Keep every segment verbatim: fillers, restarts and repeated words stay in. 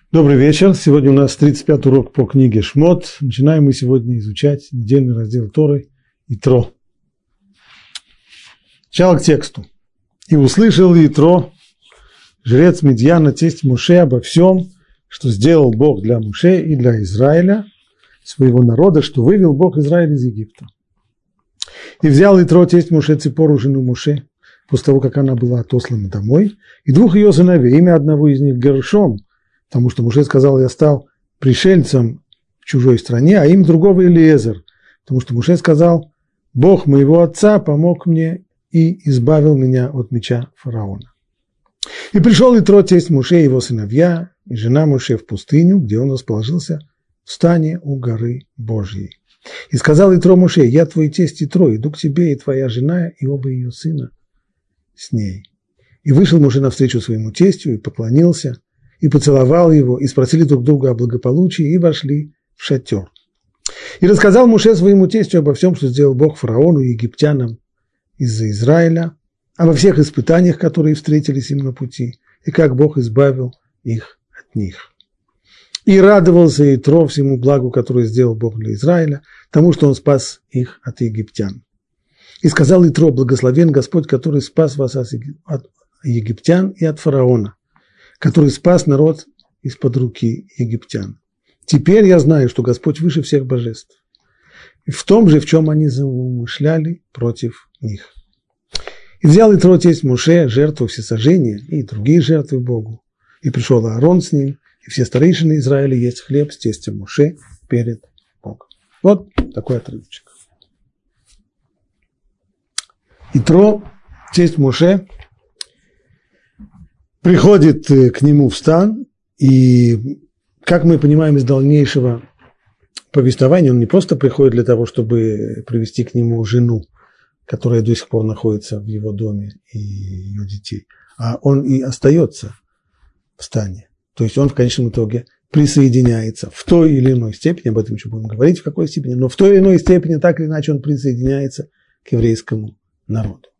Добрый вечер. Сегодня у нас тридцать пятый урок по книге Шмот. Начинаем мы сегодня изучать недельный раздел Торы Итро. Сначала к тексту. «И услышал Итро, жрец Мидьяна, тесть Моше, обо всем, что сделал Бог для Моше и для Израиля, своего народа, что вывел Бог Израиля из Египта. И взял Итро, тесть Моше, Ципору, жену Моше, после того, как она была отослана домой, и двух ее сыновей, имя одного из них Гершом, потому что Моше сказал: я стал пришельцем в чужой стране, а имя другого Элиезер, потому что Моше сказал: Бог моего отца помог мне и избавил меня от меча фараона. И пришел Итро, тесть Моше, и его сыновья, и жена Моше в пустыню, где он расположился в стане у горы Божьей. И сказал Итро Моше: я твой тесть Итро, иду к тебе, и твоя жена, и оба ее сына с ней. И вышел Моше навстречу своему тестю, и поклонился, и поцеловал его, и спросили друг друга о благополучии, и вошли в шатер. И рассказал Моше своему тестю обо всем, что сделал Бог фараону и египтянам из-за Израиля, обо всех испытаниях, которые встретились им на пути, и как Бог избавил их от них. И радовался Итро всему благу, которое сделал Бог для Израиля, тому, что он спас их от египтян. И сказал Итро: благословен Господь, который спас вас от египтян и от фараона, который спас народ из-под руки египтян. Теперь я знаю, что Господь выше всех божеств, и в том же, в чем они замышляли против них. И взял Итро, тесть Моше, жертву всесожжения и другие жертвы Богу. И пришел Аарон с ним, и все старейшины Израиля есть хлеб с тестем Моше перед Богом. Вот такой отрывочек. Итро, тесть Моше, приходит к нему в стан, и, как мы понимаем из дальнейшего повествования, он не просто приходит для того, чтобы привести к нему жену, которая до сих пор находится в его доме, и ее детей, а он и остается в стане. То есть он в конечном итоге присоединяется в той или иной степени, об этом еще будем говорить, в какой степени, но в той или иной степени, так или иначе, он присоединяется к еврейскому народу.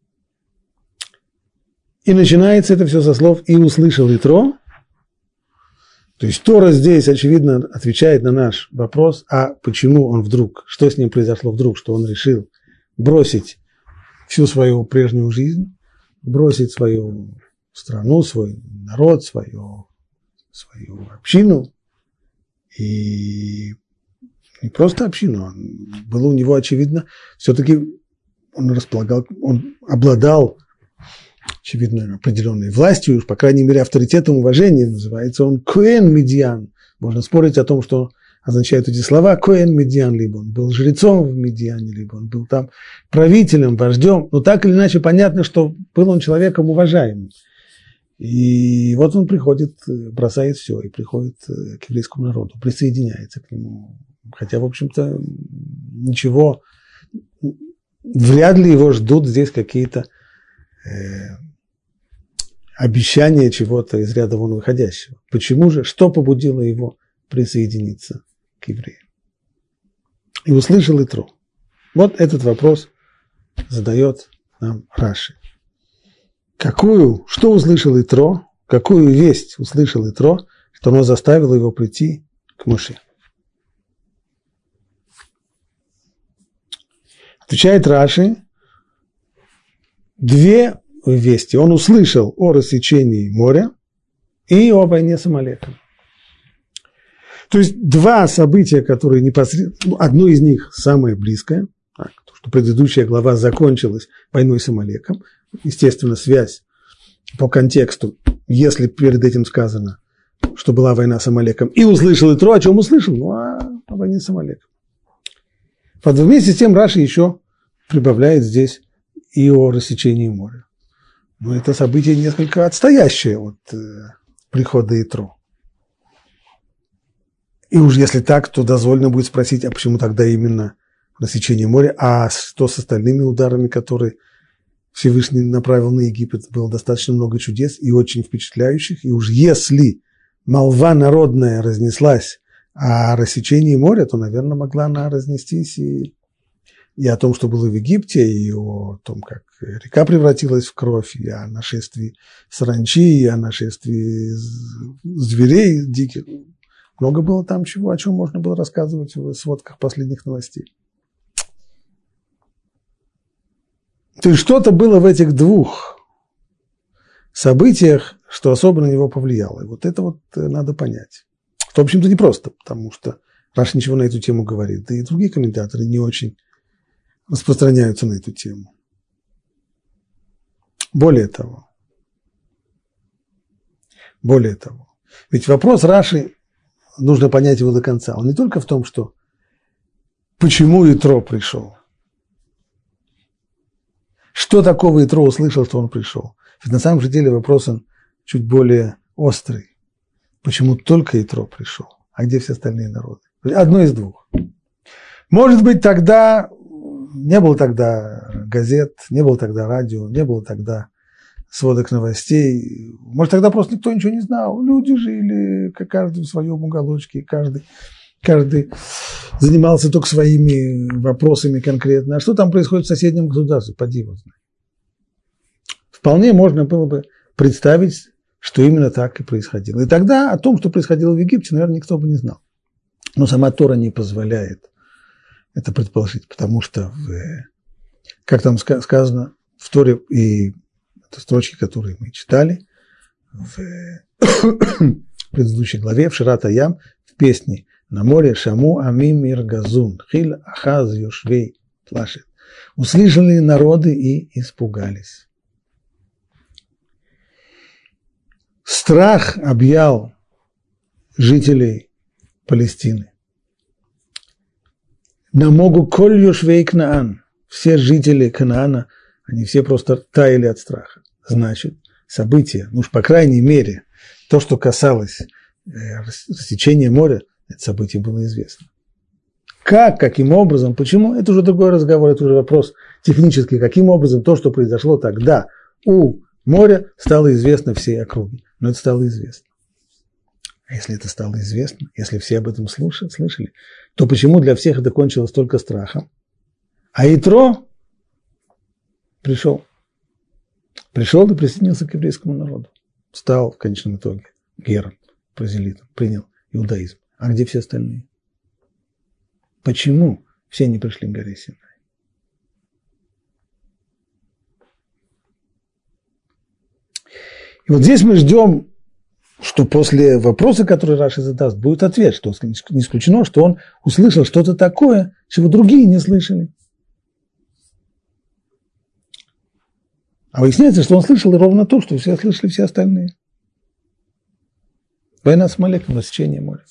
И начинается это все со слов «и услышал Итро». То есть Тора здесь, очевидно, отвечает на наш вопрос, а почему он вдруг, что с ним произошло вдруг, что он решил бросить всю свою прежнюю жизнь, бросить свою страну, свой народ, свою, свою общину. И не просто общину, а было у него, очевидно, все-таки он располагал, он обладал, очевидно, определенной властью, уж, по крайней мере, авторитетом, уважением. Называется он Коэн Мидьян. Можно спорить о том, что означают эти слова. Коэн Мидьян, либо он был жрецом в Мидьяне, либо он был там правителем, вождем. Но так или иначе понятно, что был он человеком уважаемым. И вот он приходит, бросает все, и приходит к еврейскому народу, присоединяется к нему. Хотя, в общем-то, ничего, вряд ли его ждут здесь какие-то э, обещания чего-то из ряда вон выходящего. Почему же? Что побудило его присоединиться к евреям? И услышал Итро. Вот этот вопрос задает нам Раши. Какую, что услышал Итро, какую весть услышал Итро, что оно заставило его прийти к Моше? Отвечает Раши: две вести. Он услышал о рассечении моря и о войне с Амалеком. То есть два события, которые непосредственно, одно из них самое близкое, так, то, что предыдущая глава закончилась войной с Амалеком, естественно, связь по контексту, если перед этим сказано, что была война с Амалеком, и услышал Итро, о чем услышал? Ну, о, о войне с Амалеком. Вместе с тем Раши еще прибавляет здесь и о рассечении моря. Но это событие несколько отстоящее от э, прихода Итро. И уж если так, то дозволено будет спросить, а почему тогда именно рассечение моря, а что с остальными ударами, которые Всевышний направил на Египет? Было достаточно много чудес и очень впечатляющих. И уж если молва народная разнеслась о рассечении моря, то, наверное, могла она разнестись и и о том, что было в Египте, и о том, как река превратилась в кровь, и о нашествии саранчи, и о нашествии зверей диких. Много было там чего, о чем можно было рассказывать в сводках последних новостей. То есть что-то было в этих двух событиях, что особо на него повлияло. И вот это вот надо понять. Что, в общем-то, непросто, потому что Раши ничего на эту тему говорит, да и другие комментаторы не очень распространяются на эту тему. Более того, более того, ведь вопрос Раши, нужно понять его до конца, он не только в том, что почему Итро пришел, что такого Итро услышал, что он пришел. Ведь на самом же деле вопрос он чуть более острый. Почему только Итро пришел, а где все остальные народы? Одно из двух. Может быть, тогда не было тогда газет, не было тогда радио, не было тогда сводок новостей. Может, тогда просто никто ничего не знал. Люди жили, каждый в своем уголочке, каждый, каждый занимался только своими вопросами конкретно. А что там происходит в соседнем государстве? Поди его знай. Вполне можно было бы представить, что именно так и происходило. И тогда о том, что происходило в Египте, наверное, никто бы не знал. Но сама Тора не позволяет это предположить, потому что, в, как там сказано в Торе, и это строчки, которые мы читали в предыдущей главе, в Шират Аям, в песне «На море Шаму Амим Мир Газун, Хил Ахаз Йошвей Плашет». Услышали народы и испугались. Страх объял жителей Палестины. Намогу коль Йошвей Кнаан, все жители Канаана, они все просто таяли от страха. Значит, события, ну уж по крайней мере, то, что касалось рассечения моря, это событие было известно. Как, каким образом, почему, это уже другой разговор, это уже вопрос технический, каким образом то, что произошло тогда у моря, стало известно всей округе. Но это стало известно. А если это стало известно, если все об этом слушали, слышали, то почему для всех это кончилось только страхом? А Итро пришел. Пришел и присоединился к еврейскому народу. Стал в конечном итоге гером, прозелитом, принял иудаизм. А где все остальные? Почему все не пришли к горе Синай? И вот здесь мы ждем, что после вопроса, который Раши задаст, будет ответ, что не исключено, что он услышал что-то такое, чего другие не слышали. А выясняется, что он слышал ровно то, что все слышали все остальные. Война с Амалеком, рассечение моря.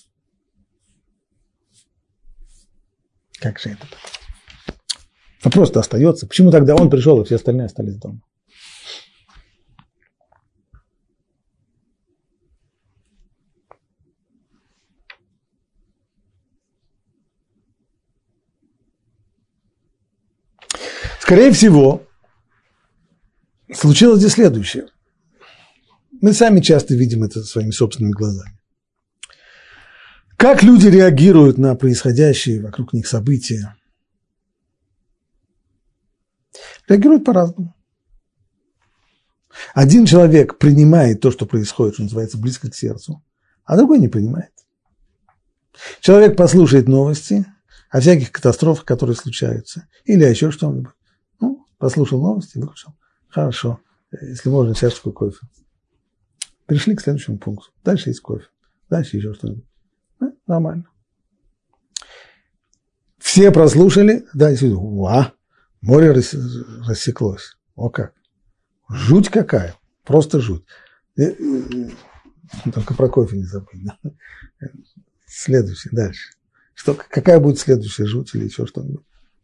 Как же это? Вопрос-то остается. Почему тогда он пришел, и все остальные остались дома? Скорее всего, случилось здесь следующее. Мы сами часто видим это своими собственными глазами. Как люди реагируют на происходящие вокруг них события? Реагируют по-разному. Один человек принимает то, что происходит, что называется, близко к сердцу, а другой не принимает. Человек послушает новости о всяких катастрофах, которые случаются, или еще что-нибудь. Ну, послушал новости, выключил. Хорошо, если можно, чашечку кофе. Перешли к следующему пункту. Дальше есть кофе, дальше еще что-нибудь. Ну, нормально. Все прослушали, да, и уа, море рассеклось. О как. Жуть какая, просто жуть. Только про кофе не забудь. Да? Следующий, дальше. Что, какая будет следующая жуть или еще что-нибудь?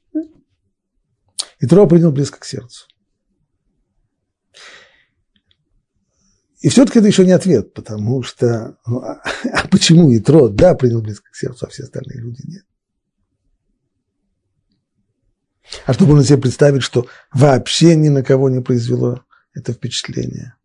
Итро принял близко к сердцу. И все-таки это еще не ответ, потому что, ну, а, а почему Итро, да, принял близко к сердцу, а все остальные люди нет? А чтобы он себе представить, что вообще ни на кого не произвело это впечатление.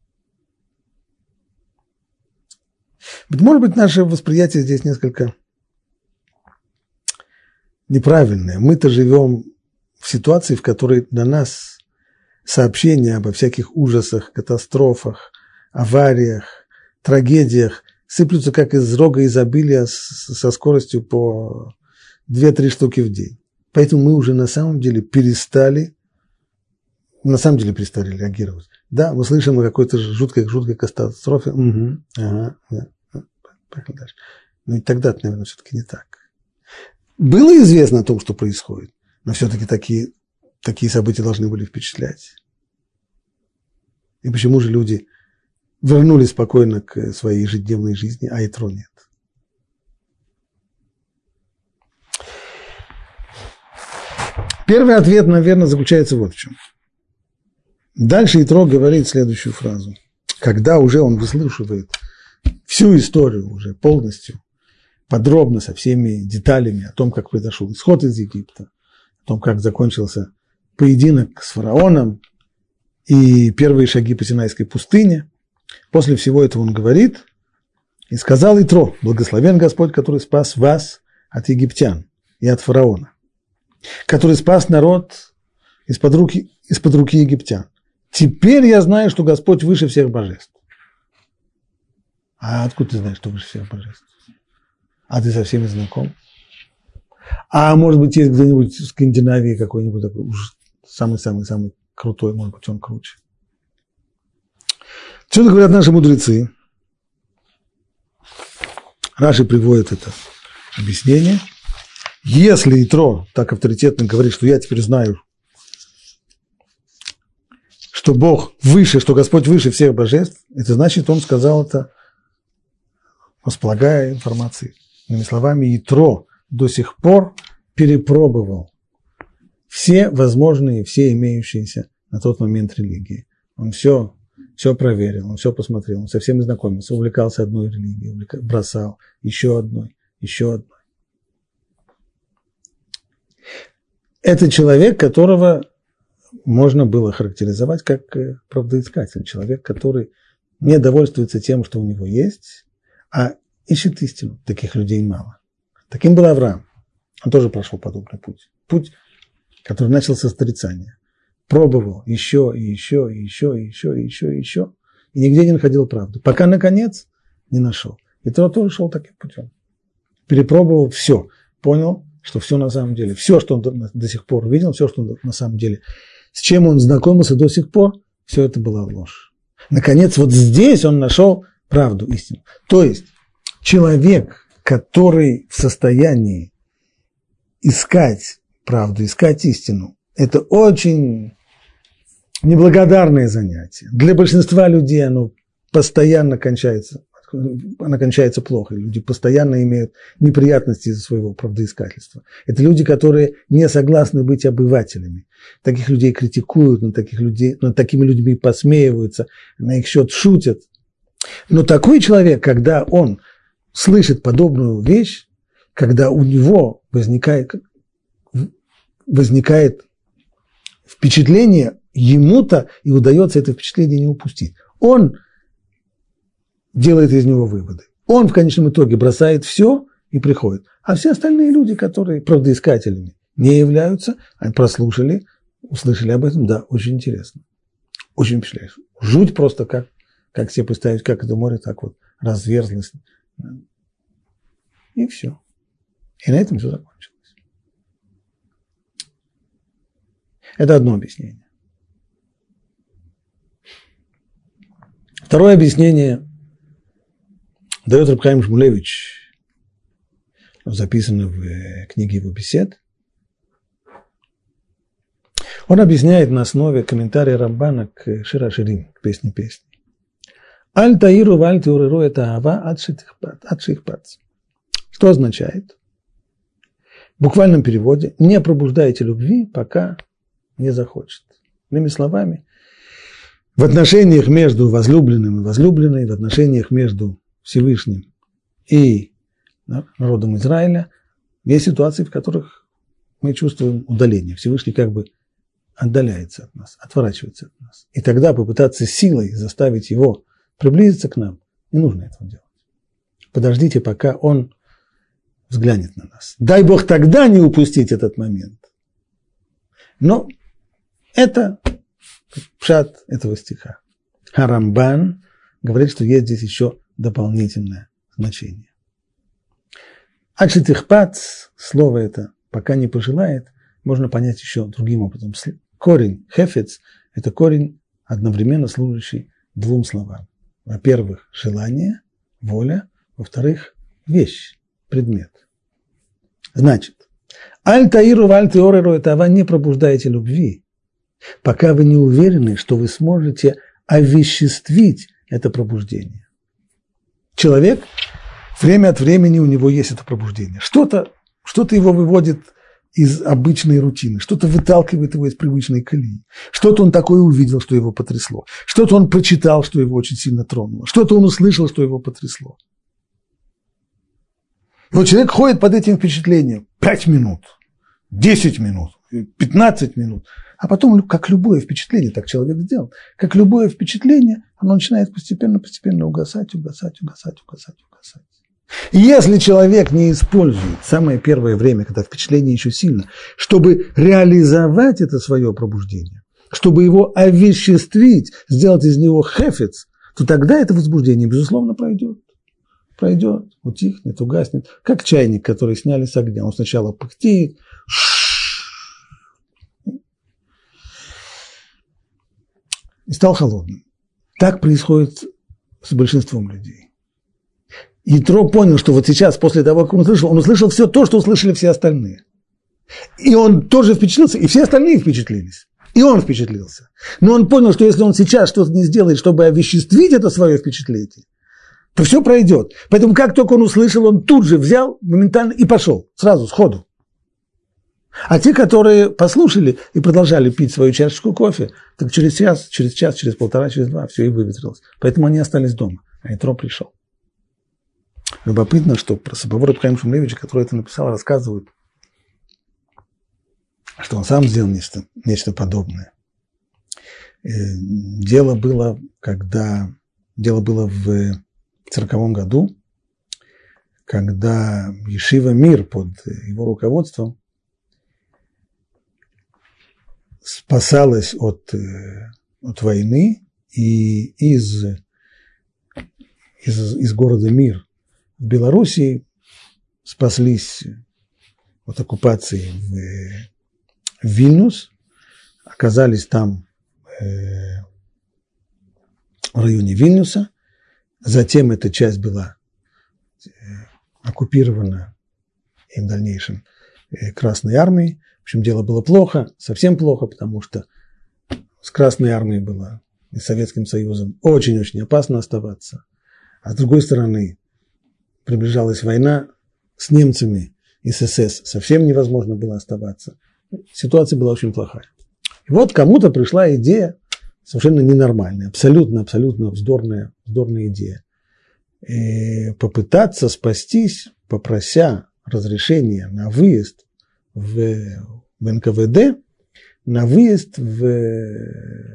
Может быть, наше восприятие здесь несколько неправильное. Мы-то живем в ситуации, в которой на нас сообщения обо всяких ужасах, катастрофах, авариях, трагедиях сыплются как из рога изобилия со скоростью по две-три штуки в день. Поэтому мы уже на самом деле перестали, на самом деле перестали реагировать. Да, мы слышим о какой-то жуткой, жуткой катастрофе. Угу, ага, да, поехали дальше. Но и тогда, наверное, все-таки не так. Было известно о том, что происходит, но все-таки такие, такие события должны были впечатлять. И почему же люди вернулись спокойно к своей ежедневной жизни, а Итро нет? Первый ответ, наверное, заключается вот в чем. Дальше Итро говорит следующую фразу. Когда уже он выслушивает всю историю уже полностью, подробно, со всеми деталями о том, как произошел исход из Египта, о том, как закончился поединок с фараоном и первые шаги по Синайской пустыне, после всего этого он говорит: «И сказал Итро: благословен Господь, который спас вас от египтян и от фараона, который спас народ из-под руки, из-под руки египтян. Теперь я знаю, что Господь выше всех божеств». А откуда ты знаешь, что выше всех божеств? А ты со всеми знаком? А может быть, есть где-нибудь в Скандинавии какой-нибудь такой уж самый-самый-самый крутой, может быть, он круче. Что говорят наши мудрецы? Раши приводит это объяснение. Если Итро так авторитетно говорит, что я теперь знаю, что Бог выше, что Господь выше всех божеств, это значит, он сказал это, располагая информацией. Иными словами, Итро до сих пор перепробовал все возможные, все имеющиеся на тот момент религии. Он все, все проверил, он все посмотрел, он со всеми знакомился, увлекался одной религией, бросал еще одной, еще одной. Это человек, которого можно было характеризовать как правдоискатель, человек, который не довольствуется тем, что у него есть, а ищет истину. Таких людей мало. Таким был Авраам. Он тоже прошел подобный путь. Путь, который начался с отрицания. Пробовал еще, и еще, и еще, и еще, и еще, и еще, и нигде не находил правды. Пока, наконец, не нашел. И тот тоже шел таким путем. Перепробовал все. Понял, что все на самом деле, все, что он до сих пор видел, все, что он на самом деле, с чем он знакомился до сих пор, все это была ложь. Наконец, вот здесь он нашел правду, истину. То есть, человек, который в состоянии искать правду, искать истину, это очень неблагодарное занятие. Для большинства людей оно постоянно кончается, оно кончается плохо. Люди постоянно имеют неприятности из-за своего правдоискательства. Это люди, которые не согласны быть обывателями. Таких людей критикуют, над, таких людей, над такими людьми посмеиваются, на их счет шутят. Но такой человек, когда он слышит подобную вещь, когда у него возникает, возникает впечатление, ему-то и удается это впечатление не упустить. Он делает из него выводы. Он в конечном итоге бросает все и приходит. А все остальные люди, которые правдоискателями не являются, они прослушали, услышали об этом, да, очень интересно. Очень впечатляюще. Жуть просто, как, как себе представить, как это море так вот разверзлось. И все. И на этом все закончилось. Это одно объяснение. Второе объяснение дает Рав Хаим Шмулевич, записано в книге его бесед. Он объясняет на основе комментария Рамбана к Шир ха-Ширим, к песне песни. Аль таиру валь теуреру это ава ад шихпац. Что означает? В буквальном переводе: не пробуждайте любви, пока не захочет. Иными словами, в отношениях между возлюбленным и возлюбленной, в отношениях между Всевышним и народом Израиля есть ситуации, в которых мы чувствуем удаление. Всевышний как бы отдаляется от нас, отворачивается от нас. И тогда попытаться силой заставить его приблизиться к нам, не нужно этого делать. Подождите, пока он взглянет на нас. Дай Бог тогда не упустить этот момент. Но это пшат этого стиха. А Рамбан говорит, что есть здесь еще дополнительное значение. Ачитихпат, слово это пока не пожелает, можно понять еще другим образом. Корень хефец – это корень, одновременно служащий двум словам. Во-первых, желание, воля, во-вторых, вещь, предмет. Значит, аль-таиру валь-теореру – это вы не пробуждаете любви, пока вы не уверены, что вы сможете овеществить это пробуждение. Человек, время от времени у него есть это пробуждение. Что-то, что-то его выводит из обычной рутины, что-то выталкивает его из привычной колеи. Что-то он такое увидел, что его потрясло. Что-то он прочитал, что его очень сильно тронуло. Что-то он услышал, что его потрясло. Но человек ходит под этим впечатлением пять минут, десять минут, пятнадцать минут. А потом, как любое впечатление, так человек сделал, как любое впечатление, оно начинает постепенно-постепенно угасать, угасать, угасать, угасать, угасать. И если человек не использует самое первое время, когда впечатление еще сильно, чтобы реализовать это свое пробуждение, чтобы его овеществить, сделать из него хефец, то тогда это возбуждение, безусловно, пройдет. Пройдет, утихнет, угаснет. Как чайник, который сняли с огня. Он сначала пыхтеет, и стал холодным. Так происходит с большинством людей. Ятро понял, что вот сейчас, после того, как он услышал, он услышал все то, что услышали все остальные. И он тоже впечатлился, и все остальные впечатлились. И он впечатлился. Но он понял, что если он сейчас что-то не сделает, чтобы овеществить это свое впечатление, то все пройдет. Поэтому как только он услышал, он тут же взял моментально и пошел, сразу, сходу. А те, которые послушали и продолжали пить свою чашечку кофе, так через час, через час, через полтора, через два все и выветрилось. Поэтому они остались дома, а Ятро пришел. Любопытно, что про Собор Реб Хаим Шмулевича, который это написал, рассказывают, что он сам сделал нечто, нечто подобное. Дело было, когда, дело было в сороковом году, когда Ешива Мир под его руководством спасалась от, от войны, и из, из, из города Мир в Белоруссии спаслись от оккупации в, в Вильнюс, оказались там э, в районе Вильнюса, затем эта часть была э, оккупирована и в дальнейшем э, Красной армией. В общем, дело было плохо, совсем плохо, потому что с Красной армией было и с Советским Союзом очень-очень опасно оставаться. А с другой стороны, приближалась война с немцами и с СС, совсем невозможно было оставаться. Ситуация была очень плохая. И вот кому-то пришла идея совершенно ненормальная, абсолютно-абсолютно вздорная, вздорная идея. И попытаться спастись, попрося разрешения на выезд в, в эн ка вэ дэ, на выезд в,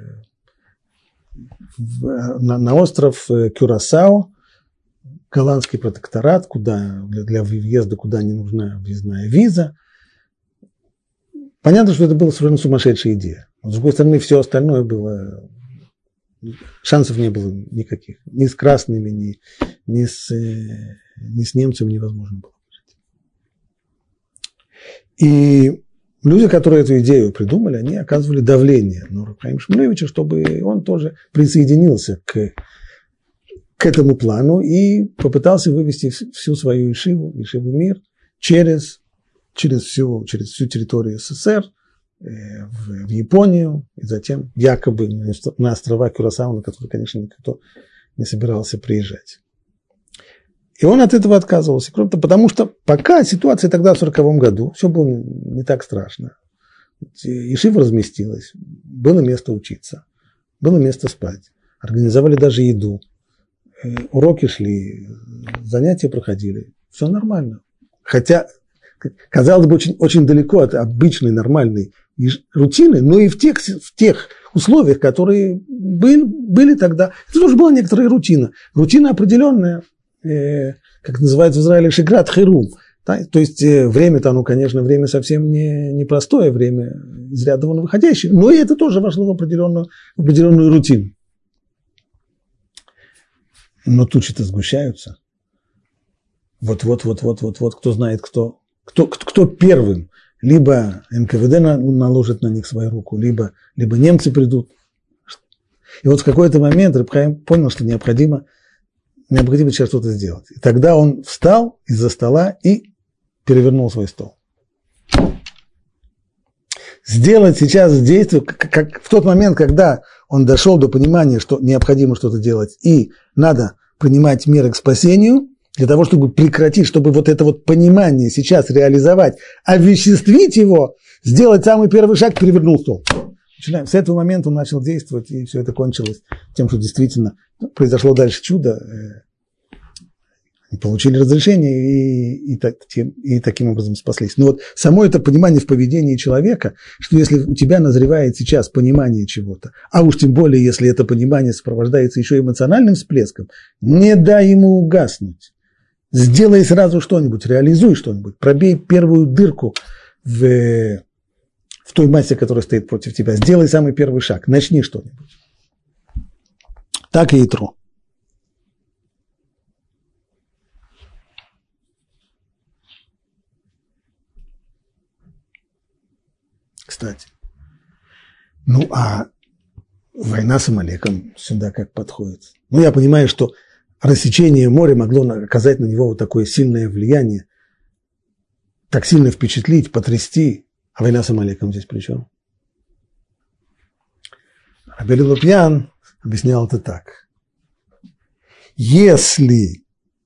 в, на, на остров Кюрасао, голландский протекторат, куда, для, для въезда, куда не нужна въездная виза. Понятно, что это была совершенно сумасшедшая идея. Но, с другой стороны, все остальное было, шансов не было никаких. Ни с красными, ни, ни, с, ни с немцами невозможно было жить. И люди, которые эту идею придумали, они оказывали давление на Реб Хаим Шмулевича, чтобы он тоже присоединился к, к этому плану и попытался вывести всю свою Ешиву, Ешиву Мир, через, через, всю, через всю территорию эс эс эс эр, в, в Японию, и затем якобы на острова Кюрасао, на которые, конечно, никто не собирался приезжать. И он от этого отказывался, кроме того, потому что пока ситуация тогда в сороковом году, все было не так страшно. Ешива разместилась, было место учиться, было место спать, организовали даже еду, уроки шли, занятия проходили, все нормально. Хотя, казалось бы, очень, очень далеко от обычной нормальной рутины, но и в тех, в тех условиях, которые были, были тогда, это тоже была некоторая рутина. Рутина определенная, э, как называется в Израиле, шиграт херум. Да? То есть время-то, оно, конечно, время совсем не, не простое, время из ряда вон выходящее, но и это тоже вошло в определенную, в определенную рутину. Но тучи-то сгущаются. Вот-вот-вот-вот-вот-вот, кто знает, кто, кто, кто первым. Либо эн ка вэ дэ наложит на них свою руку, либо, либо немцы придут. И вот в какой-то момент Реб Хаим понял, что необходимо, необходимо сейчас что-то сделать. И тогда он встал из-за стола и перевернул свой стол. Сделать сейчас действие, как, как в тот момент, когда он дошел до понимания, что необходимо что-то делать, и надо принимать меры к спасению, для того, чтобы прекратить, чтобы вот это вот понимание сейчас реализовать, овеществить его, сделать самый первый шаг, перевернул стол. Начинаем. С этого момента он начал действовать, и все это кончилось тем, что действительно произошло дальше чудо. Они получили разрешение и, и, и таким образом спаслись. Но вот само это понимание в поведении человека, что если у тебя назревает сейчас понимание чего-то, а уж тем более, если это понимание сопровождается еще эмоциональным всплеском, не дай ему угаснуть. Сделай сразу что-нибудь, реализуй что-нибудь, пробей первую дырку в, в той массе, которая стоит против тебя. Сделай самый первый шаг, начни что-нибудь. Так и Итро. Кстати, ну а война с Амалеком сюда как подходит? Ну я понимаю, что рассечение моря могло оказать на него вот такое сильное влияние, так сильно впечатлить, потрясти. А война с Амалеком здесь при чем? Рабби Лопьян объяснял это так. Если...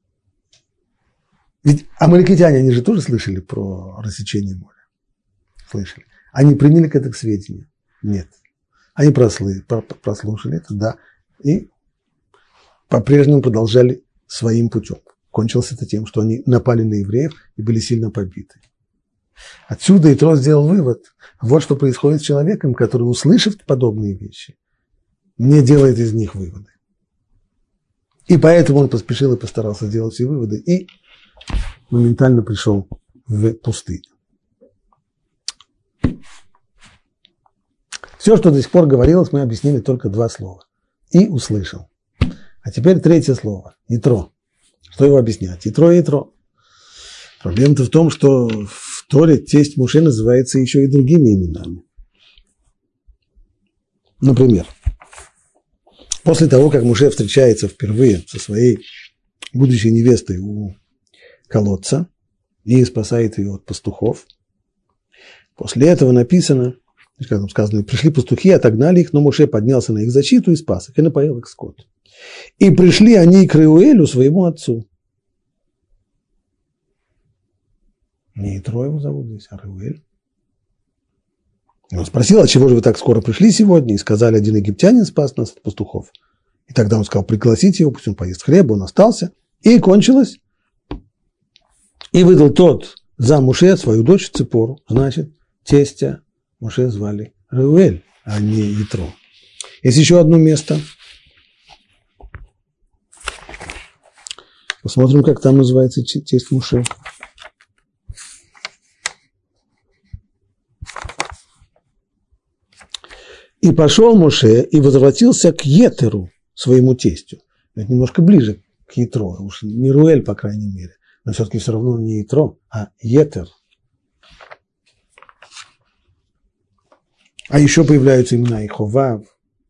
Ведь амалекитяне, они же тоже слышали про рассечение моря. Слышали. Они приняли к этому к сведению? Нет. Они прослушали, прослушали это, да, и по-прежнему продолжали своим путем. Кончилось это тем, что они напали на евреев и были сильно побиты. Отсюда Итро сделал вывод. Вот что происходит с человеком, который, услышав подобные вещи, не делает из них выводы. И поэтому он поспешил и постарался сделать все выводы и моментально пришел в пустыню. Все, что до сих пор говорилось, мы объяснили только два слова. И услышал. А теперь третье слово. Итро. Что его объяснять? Итро и Итро. Проблема-то в том, что в Торе тесть Моше называется еще и другими именами. Например, после того, как Моше встречается впервые со своей будущей невестой у колодца и спасает ее от пастухов, после этого написано, как там сказано, пришли пастухи, отогнали их, но Моше поднялся на их защиту и спас их, и напоил их скот. И пришли они к Реуэлю, своему отцу. Не Итро его зовут здесь, а Реуэль. И он спросил, а чего же вы так скоро пришли сегодня? И сказали, один египтянин спас нас от пастухов. И тогда он сказал, пригласите его, пусть он поест хлеба, он остался. И кончилось. И выдал тот за Моше свою дочь Ципору. Значит, тестя Моше звали Реуэль, а не Итро. Есть еще одно место. Посмотрим, как там называется тесть Моше. И пошел Моше и возвратился к Етеру, своему тестю. Это немножко ближе к Итро, уж не Руэль, по крайней мере, но все-таки все равно не Итро, а Етер. А еще появляются имена и Ховав.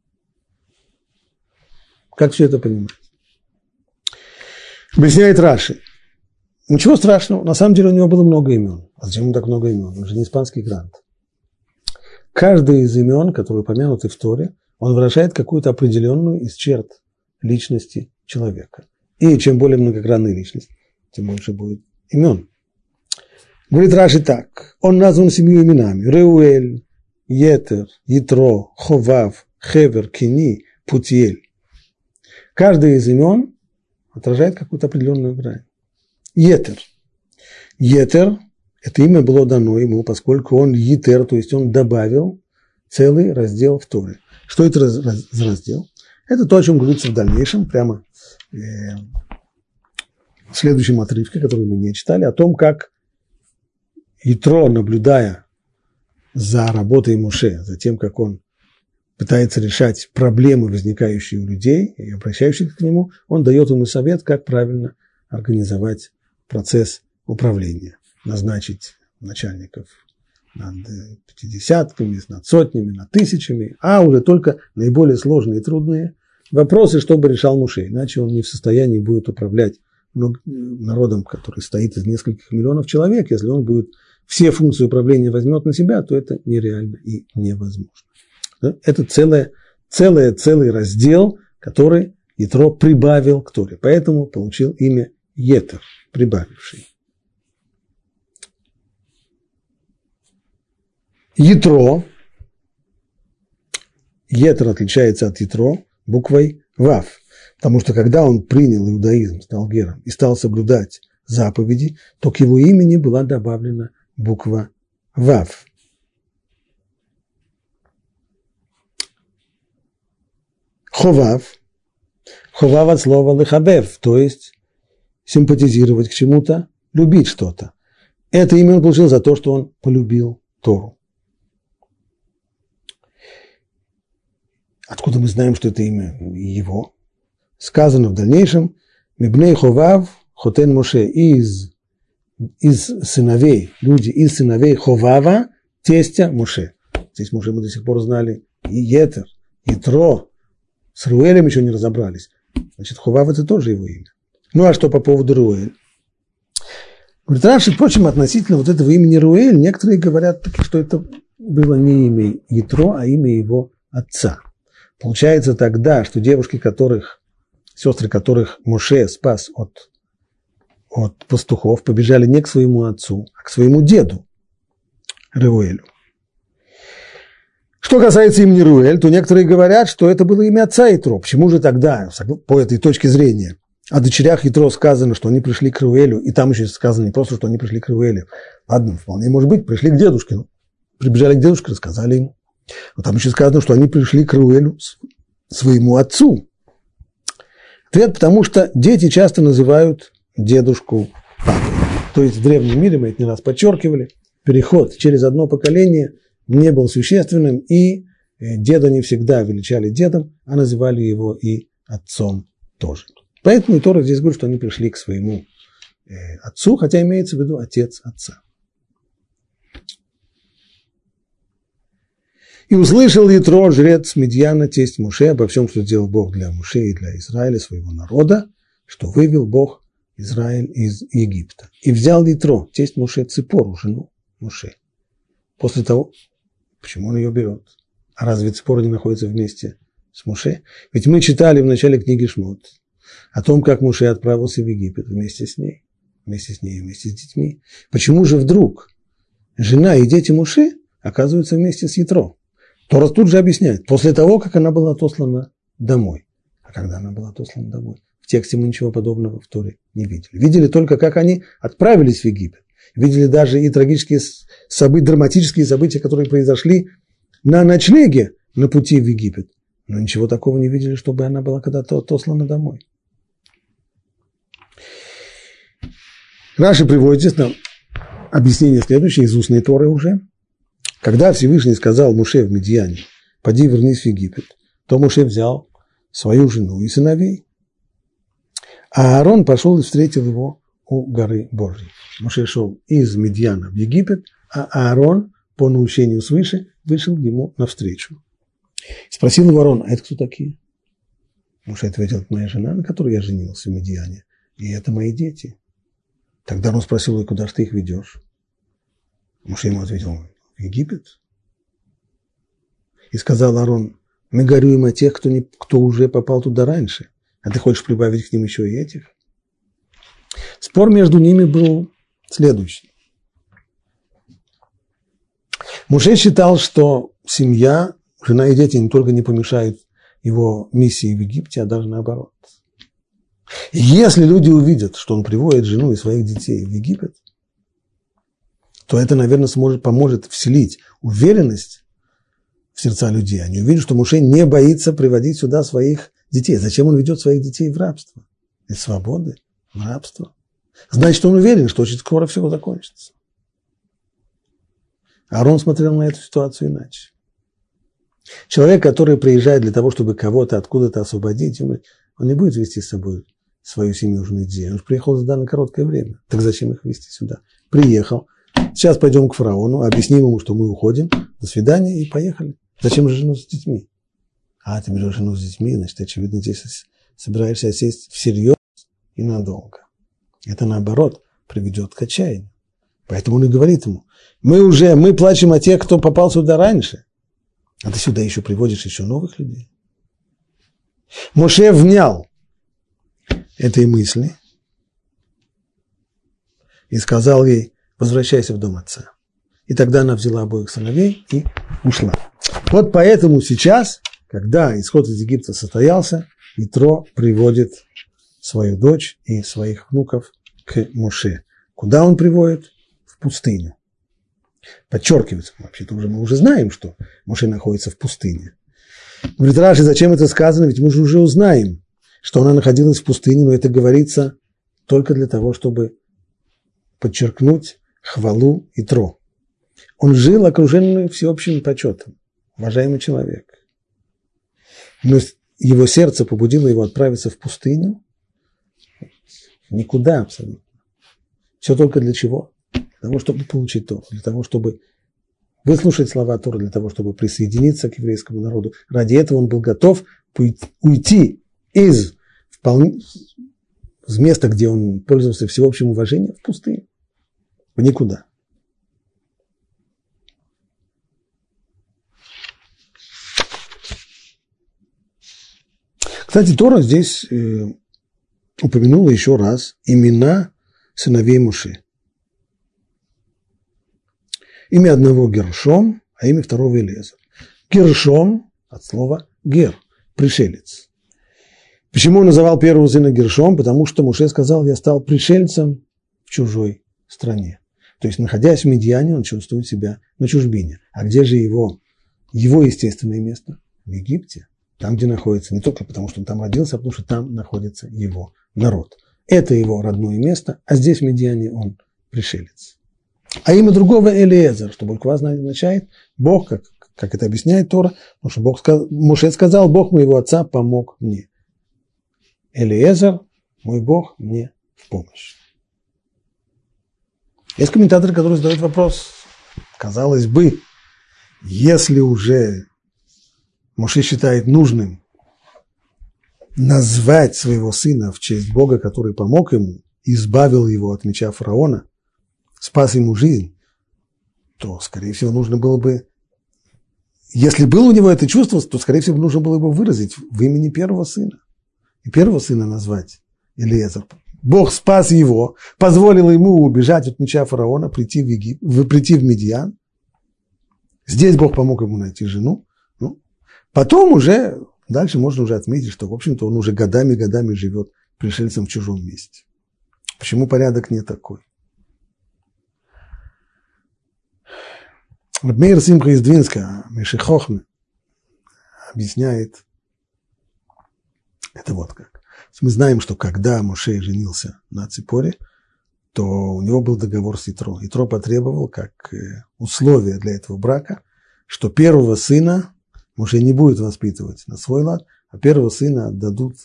Как все это понимать? Объясняет Раши. Ничего страшного, на самом деле у него было много имен. А зачем ему так много имен? Он же не испанский грант. Каждый из имен, которые упомянуты в Торе, он выражает какую-то определенную из черт личности человека. И чем более многогранная личность, тем больше будет имен. Говорит Раши так. Он назван семью именами. Реуэль, Етер, Итро, Ховав, Хевер, Кини, Путиэль. Каждый из имен отражает какую-то определенную грань. Етер. Етер – это имя было дано ему, поскольку он Етер, то есть он добавил целый раздел в Торе. Что это за раздел? Это то, о чем говорится в дальнейшем, прямо э, в следующем отрывке, который мы не читали, о том, как Итро, наблюдая за работой Моше, за тем, как он пытается решать проблемы, возникающие у людей и обращающихся к нему, он дает ему совет, как правильно организовать процесс управления, назначить начальников над пятидесятками, над сотнями, над тысячами, а уже только наиболее сложные и трудные вопросы, чтобы решал Моше, иначе он не в состоянии будет управлять народом, который стоит из нескольких миллионов человек. Если он будет все функции управления возьмет на себя, то это нереально и невозможно. Это целое, целое, целый раздел, который Итро прибавил к Торе, поэтому получил имя Етер, прибавивший. Ятро, Етер отличается от Ятро буквой Вав, потому что когда он принял иудаизм, стал гером и стал соблюдать заповеди, то к его имени была добавлена буква Вав. Ховав, ховав от слова лехабев, то есть симпатизировать к чему-то, любить что-то. Это имя он получил за то, что он полюбил Тору. Откуда мы знаем, что это имя его? Сказано в дальнейшем: «Мибней ховав хотен Моше», из, из сыновей, люди из сыновей Ховава, тестя Моше. Здесь Моше мы до сих пор знали и Етер, и Тро, с Руэлем еще не разобрались. Значит, Ховав – это тоже его имя. Ну, а что по поводу Руэль? Говорит, раньше, впрочем, относительно вот этого имени Руэль, некоторые говорят, что это было не имя Ятро, а имя его отца. Получается тогда, что девушки, которых, сестры которых Моше спас от, от пастухов, побежали не к своему отцу, а к своему деду Руэлю. Что касается имени Руэль, то некоторые говорят, что это было имя отца Ятро. Почему же тогда, по этой точке зрения, о дочерях Ятро сказано, что они пришли к Руэлю, и там еще сказано не просто, что они пришли к Руэлю. Ладно, вполне может быть, пришли к дедушке. Прибежали к дедушке, рассказали ему. Но там еще сказано, что они пришли к Руэлю, своему отцу. Ответ, потому что дети часто называют дедушку папой. То есть в древнем мире, мы это не раз подчеркивали, переход через одно поколение не был существенным, и деда не всегда величали дедом, а называли его и отцом тоже. Поэтому и Тора здесь говорит, что они пришли к своему отцу, хотя имеется в виду отец отца. И услышал Ятро, жрец Мидьяна, тесть Моше, обо всем, что сделал Бог для Моше и для Израиля, своего народа, что вывел Бог Израиль из Египта. И взял Ятро, тесть Моше, Ципору, жену Моше. После того, почему он ее берет? А разве Ципора не находится вместе с Моше? Ведь мы читали в начале книги Шмот о том, как Моше отправился в Египет вместе с ней, вместе с ней, вместе с детьми. Почему же вдруг жена и дети Моше оказываются вместе с Ятро? Тора тут же объясняет, после того, как она была отослана домой. А когда она была отослана домой? В тексте мы ничего подобного в Торе не видели. Видели только, как они отправились в Египет. Видели даже и трагические события, драматические события, которые произошли на ночлеге на пути в Египет. Но ничего такого не видели, чтобы она была когда-то отослана домой. Раши приводит здесь нам объяснение следующее, из устной Торы уже. Когда Всевышний сказал Моше в Мидьяне: «Поди вернись в Египет», то Моше взял свою жену и сыновей. А Аарон пошел и встретил его у горы Божьей. Моше шел из Мидьяна в Египет, а Аарон, по наущению свыше, вышел ему навстречу. Спросил его Аарон: «А это кто такие?» Моше ответил: «Это моя жена, на которой я женился в Мидьяне, и это мои дети». Тогда он спросил: «И куда же ты их ведешь?» Моше ему ответил: «В Египет». И сказал Аарон: «Мы горюем о тех, кто, не, кто уже попал туда раньше, а ты хочешь прибавить к ним еще и этих?» Спор между ними был следующий. Моше считал, что семья, жена и дети не только не помешают его миссии в Египте, а даже наоборот. И если люди увидят, что он приводит жену и своих детей в Египет, то это, наверное, сможет, поможет вселить уверенность в сердца людей. Они увидят, что Моше не боится приводить сюда своих детей. Зачем он ведет своих детей в рабство? Из свободы в рабство. Значит, он уверен, что очень скоро все закончится. Аарон смотрел на эту ситуацию иначе. Человек, который приезжает для того, чтобы кого-то откуда-то освободить, он не будет вести с собой свою семью, жену и детей. Он же приехал сюда на короткое время. Так зачем их вести сюда? Приехал. Сейчас пойдем к фараону, объясним ему, что мы уходим. До свидания и поехали. Зачем же жену с детьми? А, ты берешь жену с детьми, значит, очевидно, здесь собираешься сесть всерьез и надолго. Это, наоборот, приведет к отчаянию. Поэтому он и говорит ему, мы уже, мы плачем о тех, кто попал сюда раньше, а ты сюда еще приводишь еще новых людей. Моше внял этой мысли и сказал ей, возвращайся в дом отца. И тогда она взяла обоих сыновей и ушла. Вот поэтому сейчас, когда исход из Египта состоялся, Итро приводит свою дочь и своих внуков к Моше. Куда он приводит? В пустыню. Подчеркивается, вообще-то уже мы уже знаем, что Моше находится в пустыне. Говорит Раши, зачем это сказано? Ведь мы же уже узнаем, что она находилась в пустыне, но это говорится только для того, чтобы подчеркнуть хвалу Итро. Он жил окруженный всеобщим почетом, уважаемый человек. Но его сердце побудило его отправиться в пустыню. Никуда абсолютно. Все только для чего? Для того, чтобы получить Тору, для того, чтобы выслушать слова Торы, для того, чтобы присоединиться к еврейскому народу. Ради этого он был готов уйти из, вполне, из места, где он пользовался всеобщим уважением, в пустыню. В никуда. Кстати, Тора здесь э, упомянула еще раз имена сыновей Моше. Имя одного Гершом, а имя второго Элиэзер. Гершом от слова гер, пришелец. Почему он называл первого сына Гершом? Потому что Моше сказал, я стал пришельцем в чужой стране. То есть, находясь в Мидьяне, он чувствует себя на чужбине. А где же его, его естественное место? В Египте. Там, где находится, не только потому, что он там родился, а потому что там находится его народ. Это его родное место, а здесь в Мидьяне он пришелец. А имя другого Элиэзер, что буква означает Бог, как, как это объясняет Тора, потому что Бог сказал, Моше сказал, Бог моего отца помог мне. Элиэзер, мой Бог, мне в помощь. Есть комментаторы, которые задают вопрос, казалось бы, если уже Моше считает нужным назвать своего сына в честь Бога, который помог ему, избавил его от меча фараона, спас ему жизнь, то, скорее всего, нужно было бы, если было у него это чувство, то, скорее всего, нужно было бы выразить в имени первого сына. И первого сына назвать Элиэзер. Бог спас его, позволил ему убежать от меча фараона, прийти в, Егип... прийти в Мидьян. Здесь Бог помог ему найти жену. Ну, потом уже, дальше можно уже отметить, что, в общем-то, он уже годами-годами живет пришельцем в чужом месте. Почему порядок не такой? Мейр Симха из Двинска, Меши Хохме, объясняет это вот как. Мы знаем, что когда Моше женился на Ципоре, то у него был договор с Итро. Итро потребовал, как условие для этого брака, что первого сына Моше не будет воспитывать на свой лад, а первого сына отдадут,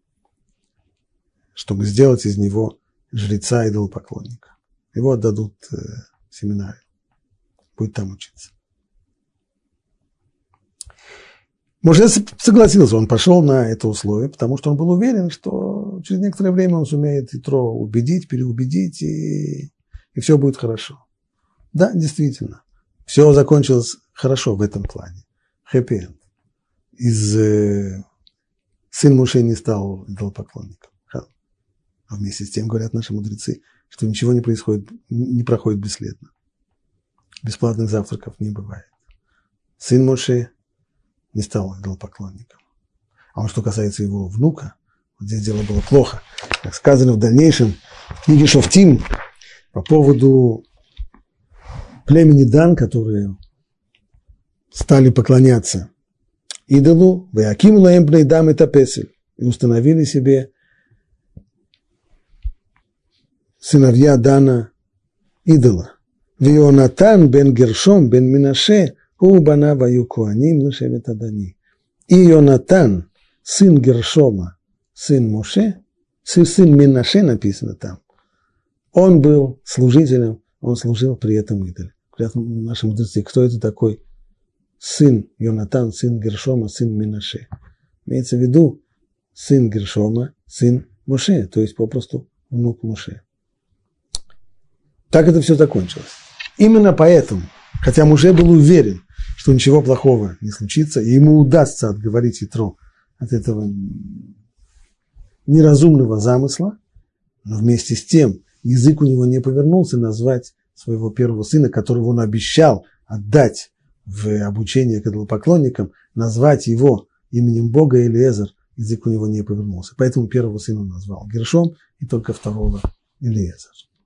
чтобы сделать из него жреца идолопоклонника. Его отдадут в семинарию. Будет там учиться. Моше согласился, он пошел на это условие, потому что он был уверен, что через некоторое время он сумеет Итро убедить, переубедить, и, и все будет хорошо. Да, действительно, все закончилось хорошо в этом плане. Хэппи-энд. Из, э, сын Моше не стал идолопоклонником. А вместе с тем, говорят наши мудрецы, что ничего не происходит, не проходит бесследно. Бесплатных завтраков не бывает. Сын Моше не стал идолопоклонником. А вот что касается его внука, вот здесь дело было плохо. Как сказано в дальнейшем в книге Шофтим по поводу племени Дан, которые стали поклоняться идолу, «Веакиму лаэм бней дам эт апесель», и установили себе сыновья Дана идола. Вионатан бен Гершом бен Минаше у бана ваю коаним лешевет Адани. И Йонатан, сын Гершома, сын Моше, сын Минаше написано там, он был служителем, он служил при этом идоле. Говорят наши мудрецы, кто это такой? Сын Йонатан, сын Гершома, сын Минаше. Имеется в виду сын Гершома, сын Моше, то есть попросту внук Моше. Так это все закончилось. Именно поэтому, хотя Моше был уверен, что ничего плохого не случится, и ему удастся отговорить Итро от этого неразумного замысла, но вместе с тем язык у него не повернулся назвать своего первого сына, которого он обещал отдать в обучение к идолопоклонникам, назвать его именем Бога Элиэзер, язык у него не повернулся. Поэтому первого сына он назвал Гершом, и только второго Элиэзер.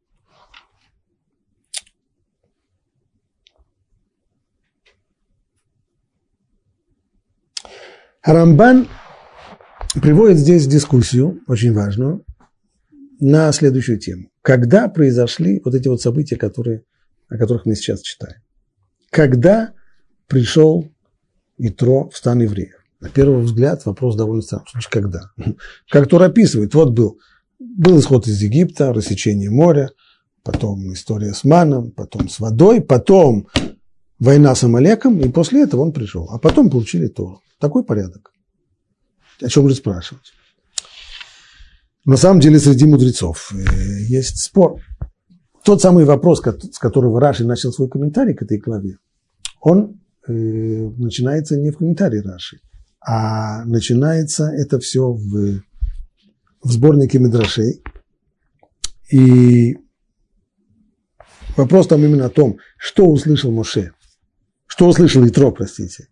Рамбан приводит здесь дискуссию, очень важную, на следующую тему. Когда произошли вот эти вот события, которые, о которых мы сейчас читаем? Когда пришел Итро в стан евреев? На первый взгляд вопрос довольно странный. Когда? Как Тора описывает, вот был, был исход из Египта, рассечение моря, потом история с маном, потом с водой, потом война с Амалеком, и после этого он пришел. А потом получили Тору. Такой порядок. О чем же спрашивать? На самом деле среди мудрецов есть спор. Тот самый вопрос, с которого Раши начал свой комментарий к этой главе, он э, начинается не в комментарии Раши, а начинается это все в, в сборнике Мидрашей. И вопрос там именно о том, что услышал Моше, что услышал Итро, простите,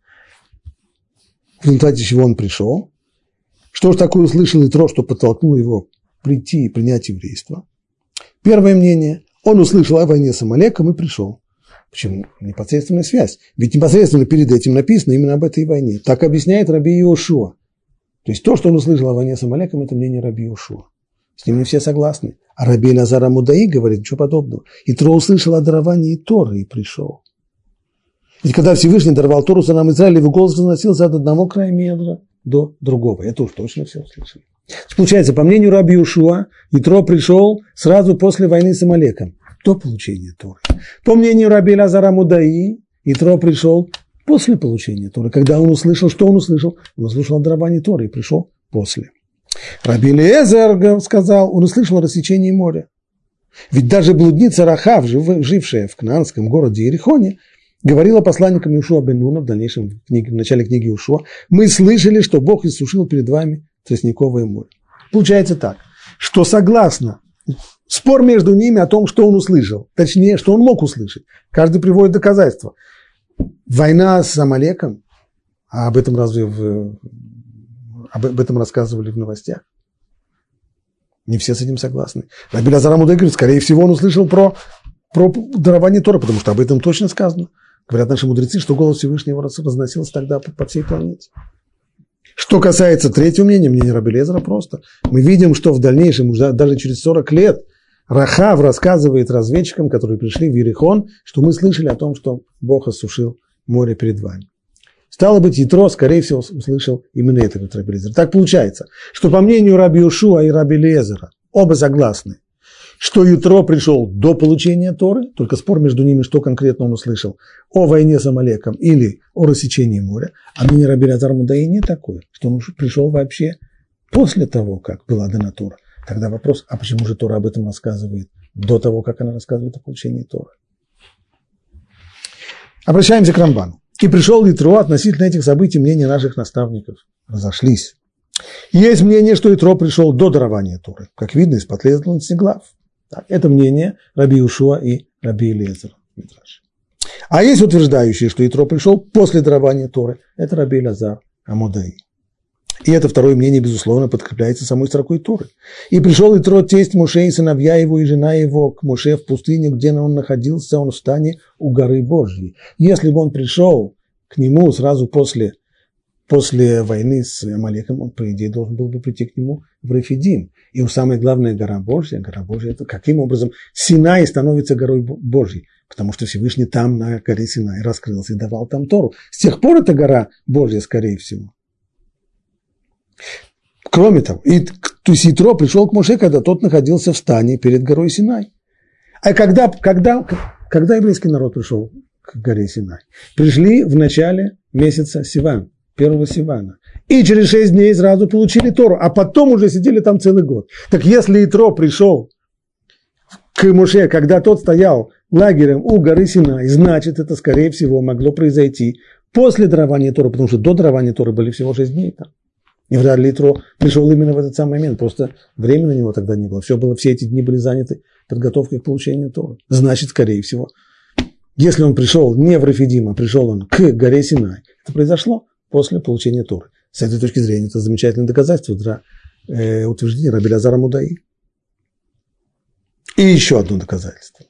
в результате чего он пришел, что же такое услышал Итро, что подтолкнуло его прийти и принять еврейство. Первое мнение, он услышал о войне с Амалеком и пришел. Почему? Непосредственная связь. Ведь непосредственно перед этим написано именно об этой войне. Так объясняет Раби Йошуа. То есть то, что он услышал о войне с Амалеком, это мнение Раби Йошуа. С ним не все согласны. А Раби Элазар Амудаи говорит ничего подобного. Итро услышал о даровании Торы и пришел. Ведь когда Всевышний даровал Тору сынам Израиля, его голос возносился от одного края мира до другого. Это уж точно все услышали. Получается, по мнению Раби Йошуа, Итро пришел сразу после войны с Амалеком, до получения Торы. По мнению Раби Элазара Амудаи, Итро пришел после получения Торы. Когда он услышал, что он услышал? Он услышал о даровании Торы и пришел после. Раби Элиэзер сказал, он услышал о рассечении моря. Ведь даже блудница Рахав, жившая в кнаанском городе Иерихоне, говорила посланникам Йошуа бен Нуна в дальнейшем, в, книге, в начале книги Йошуа, мы слышали, что Бог иссушил перед вами тростниковое море. Получается так, что согласно, спор между ними о том, что он услышал, точнее, что он мог услышать. Каждый приводит доказательства. Война с Амалеком, а об этом разве в, об этом рассказывали в новостях? Не все с этим согласны. Раби Элазар Амудаи говорит, скорее всего, он услышал про, про дарование Торы, потому что об этом точно сказано. Говорят наши мудрецы, что голос Всевышнего разносился тогда по, по всей планете. Что касается третьего мнения, мнения Раби Элиэзера просто. Мы видим, что в дальнейшем, уже даже через сорок лет, Рахав рассказывает разведчикам, которые пришли в Иерихон, что мы слышали о том, что Бог осушил море перед вами. Стало быть, Итро, скорее всего, услышал именно это, говорит Раби Элиэзер. Так получается, что по мнению Раби Йошуа и Раби Элиэзера, оба согласны, что Итро пришел до получения Торы, только спор между ними, что конкретно он услышал, о войне с Амалеком или о рассечении моря, а мнение Раби Элазара Амудаи не такое, что он пришел вообще после того, как была дана Тора. Тогда вопрос, а почему же Тора об этом рассказывает до того, как она рассказывает о получении Торы? Обращаемся к Рамбану. И пришел Итро, относительно этих событий мнения наших наставников разошлись. Есть мнение, что Итро пришел до дарования Торы, как видно из последовательности глав. Так, это мнение Раби Йошуа и Раби Элиэзера. А есть утверждающие, что Итро пришел после дарования Торы. Это Раби Элазар Амудаи. И это второе мнение, безусловно, подкрепляется самой строкой Торы. И пришел Итро, тесть Моше, и сыновья его, и жена его к Моше в пустыне, где он находился, он в стане у горы Божьей. Если бы он пришел к нему сразу после, после войны с Амалеком, он, по идее, должен был бы прийти к нему в Рефидим. И самая главная гора Божья, гора Божья, это каким образом Синай становится горой Божьей. Потому что Всевышний там на горе Синай раскрылся и давал там Тору. С тех пор эта гора Божья, скорее всего. Кроме того, и, то есть Итро пришел к Моше, когда тот находился в стане перед горой Синай. А когда, когда, когда еврейский народ пришел к горе Синай? Пришли в начале месяца Сиван, первого Сивана. И через шесть дней сразу получили Тору, а потом уже сидели там целый год. Так если Итро пришел к Моше, когда тот стоял лагерем у горы Синай, значит, это, скорее всего, могло произойти после дарования Торы, потому что до дарования Торы были всего шесть дней там. И вряд ли Итро пришел именно в этот самый момент, просто времени на него тогда не было. Все, было, все эти дни были заняты подготовкой к получению Торы. Значит, скорее всего, если он пришел не в Рефидим, а пришел он к горе Синай, это произошло после получения Торы. С этой точки зрения это замечательное доказательство для э, утверждения Раби Элиазара Мудаи. И еще одно доказательство.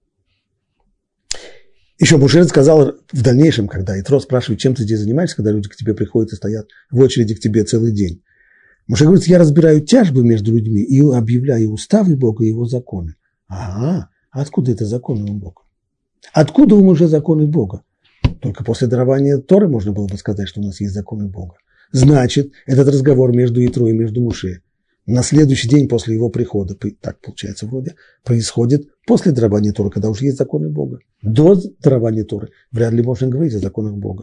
Еще Моше сказал в дальнейшем, когда Итро спрашивает, чем ты здесь занимаешься, когда люди к тебе приходят и стоят в очереди к тебе целый день. Моше говорит, я разбираю тяжбы между людьми и объявляю уставы Бога и его законы. Ага, а откуда это законы у Бога? Откуда у Моше законы Бога? Только после дарования Торы можно было бы сказать, что у нас есть законы Бога. Значит, этот разговор между Итро и между Моше на следующий день после его прихода, так получается вроде, происходит после дарования Торы, когда уже есть законы Бога. До дарования Торы вряд ли можно говорить о законах Бога.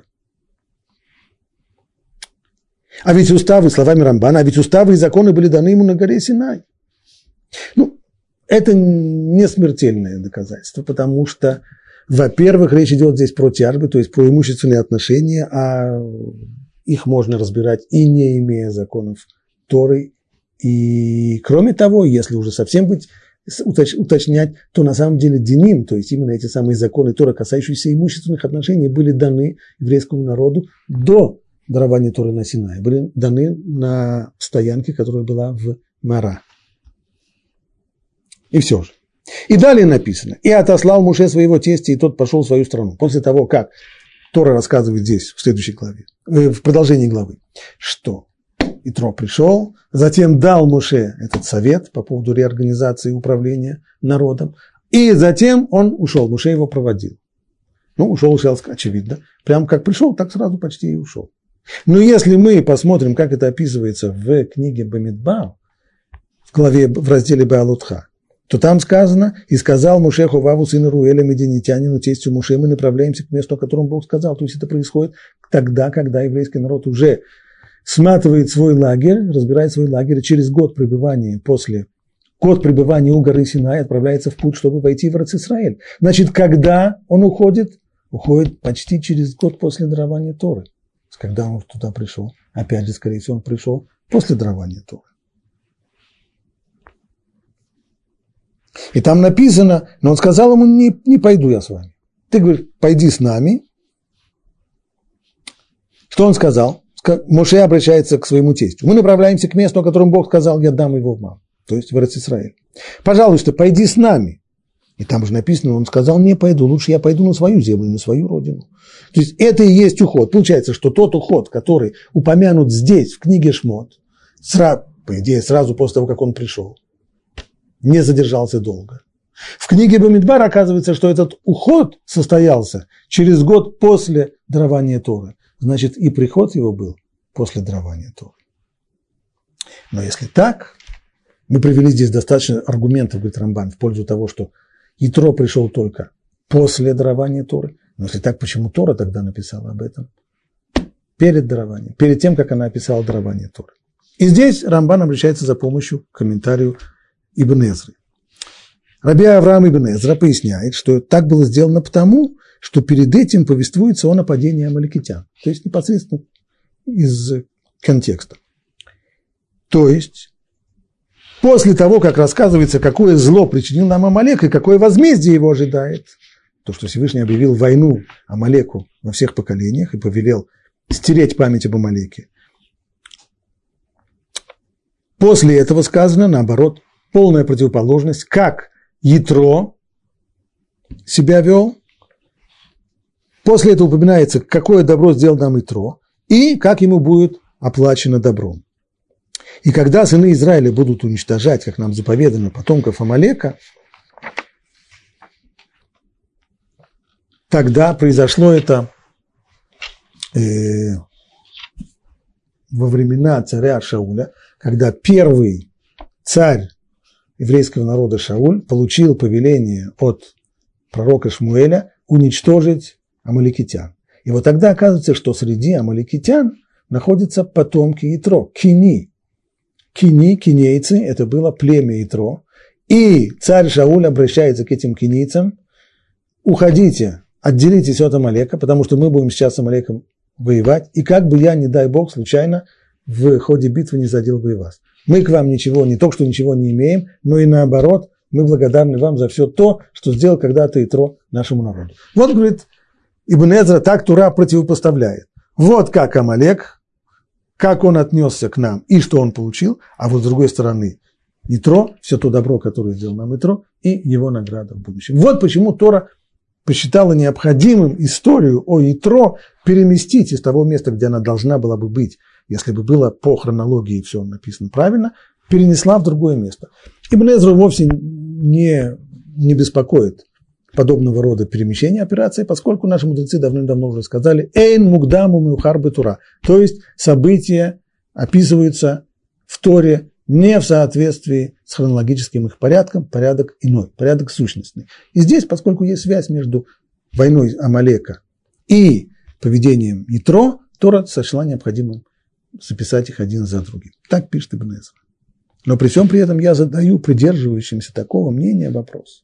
А ведь уставы, словами Рамбана, а ведь уставы и законы были даны ему на горе Синай. Ну, это не смертельное доказательство, потому что, во-первых, речь идет здесь про тяжбы, то есть про имущественные отношения, а их можно разбирать и не имея законов Торы. И кроме того, если уже совсем быть, уточнять, то на самом деле диним, то есть именно эти самые законы Торы, касающиеся имущественных отношений, были даны еврейскому народу до дарования Торы на Синае, были даны на стоянке, которая была в Мара. И все же. И далее написано, и отослал Моше своего тестя, и тот пошел в свою страну. После того, как Тора рассказывает здесь, в следующей главе, в продолжении главы, что Итро пришел, затем дал Моше этот совет по поводу реорганизации управления народом, и затем он ушел, Моше его проводил. Ну, ушел, ушел, очевидно. Прямо как пришел, так сразу почти и ушел. Но если мы посмотрим, как это описывается в книге Бамидбар, в главе, в разделе Баалутха, то там сказано, и сказал Моше Ховаву, сыну Руэля, медианитянину, тестю Моше, мы направляемся к месту, о котором Бог сказал. То есть это происходит тогда, когда еврейский народ уже сматывает свой лагерь, разбирает свой лагерь, и через год пребывания, после год пребывания у горы Синай отправляется в путь, чтобы войти в Эрец-Исраэль. Значит, когда он уходит? Уходит почти через год после дарования Торы. Когда он туда пришел? Опять же, скорее всего, он пришел после дарования Торы. И там написано, но он сказал ему, не, не пойду я с вами. Ты говоришь, пойди с нами. Что он сказал? Моше обращается к своему тестю. Мы направляемся к месту, о котором Бог сказал, я дам его в Мам, то есть в Эрец-Исраэль. Пожалуйста, пойди с нами. И там же написано, он сказал, не пойду, лучше я пойду на свою землю, на свою родину. То есть это и есть уход. Получается, что тот уход, который упомянут здесь, в книге Шмот, сразу, по идее, сразу после того, как он пришел, не задержался долго. В книге Бамидбар оказывается, что этот уход состоялся через год после дарования Торы. Значит, и приход его был после дарования Торы. Но если так, мы привели здесь достаточно аргументов, говорит Рамбан, в пользу того, что Итро пришел только после дарования Торы. Но если так, почему Тора тогда написала об этом? Перед дарованием, перед тем, как она описала дарование Торы. И здесь Рамбан обращается за помощью к комментарию Ибн Эзры. Раби Авраам Ибн Эзра поясняет, что так было сделано потому, что перед этим повествуется о нападении амаликитян. То есть непосредственно из контекста. То есть после того, как рассказывается, какое зло причинил нам Амалек и какое возмездие его ожидает, то, что Всевышний объявил войну Амалеку во всех поколениях и повелел стереть память об Амалеке. После этого сказано, наоборот, полная противоположность, как Итро себя вел. После этого упоминается, какое добро сделал нам Итро, и как ему будет оплачено добром. И когда сыны Израиля будут уничтожать, как нам заповедано, потомков Амалека, тогда произошло это э, во времена царя Шауля, когда первый царь еврейского народа Шауль получил повеление от пророка Шмуэля уничтожить амаликитян. И вот тогда оказывается, что среди амаликитян находятся потомки Итро, Кини. Кини, кинейцы, это было племя Итро. И царь Шауль обращается к этим кинейцам: уходите, отделитесь от Амалека, потому что мы будем сейчас с Амалеком воевать, и как бы я, не дай Бог, случайно в ходе битвы не задел бы и вас. Мы к вам ничего, не только что ничего не имеем, но и наоборот, мы благодарны вам за все то, что сделал когда-то Итро нашему народу. Вот, говорит Ибн Эзра, так Тура противопоставляет. Вот как Амалек, как он отнесся к нам и что он получил, а вот с другой стороны Итро, все то добро, которое сделал нам Итро, и его награда в будущем. Вот почему Тора посчитала необходимым историю о Итро переместить из того места, где она должна была бы быть, если бы было по хронологии все написано правильно, перенесла в другое место. Ибн Эзра вовсе не, не беспокоит подобного рода перемещения операции, поскольку наши мудрецы давным-давно уже сказали «Эйн мукдаму меухар бетура», то есть события описываются в Торе не в соответствии с хронологическим их порядком, порядок иной, порядок сущностный. И здесь, поскольку есть связь между войной Амалека и поведением Итро, Тора сочла необходимым записать их один за другим. Так пишет Ибн Эзра. Но при всем при этом я задаю придерживающимся такого мнения вопрос.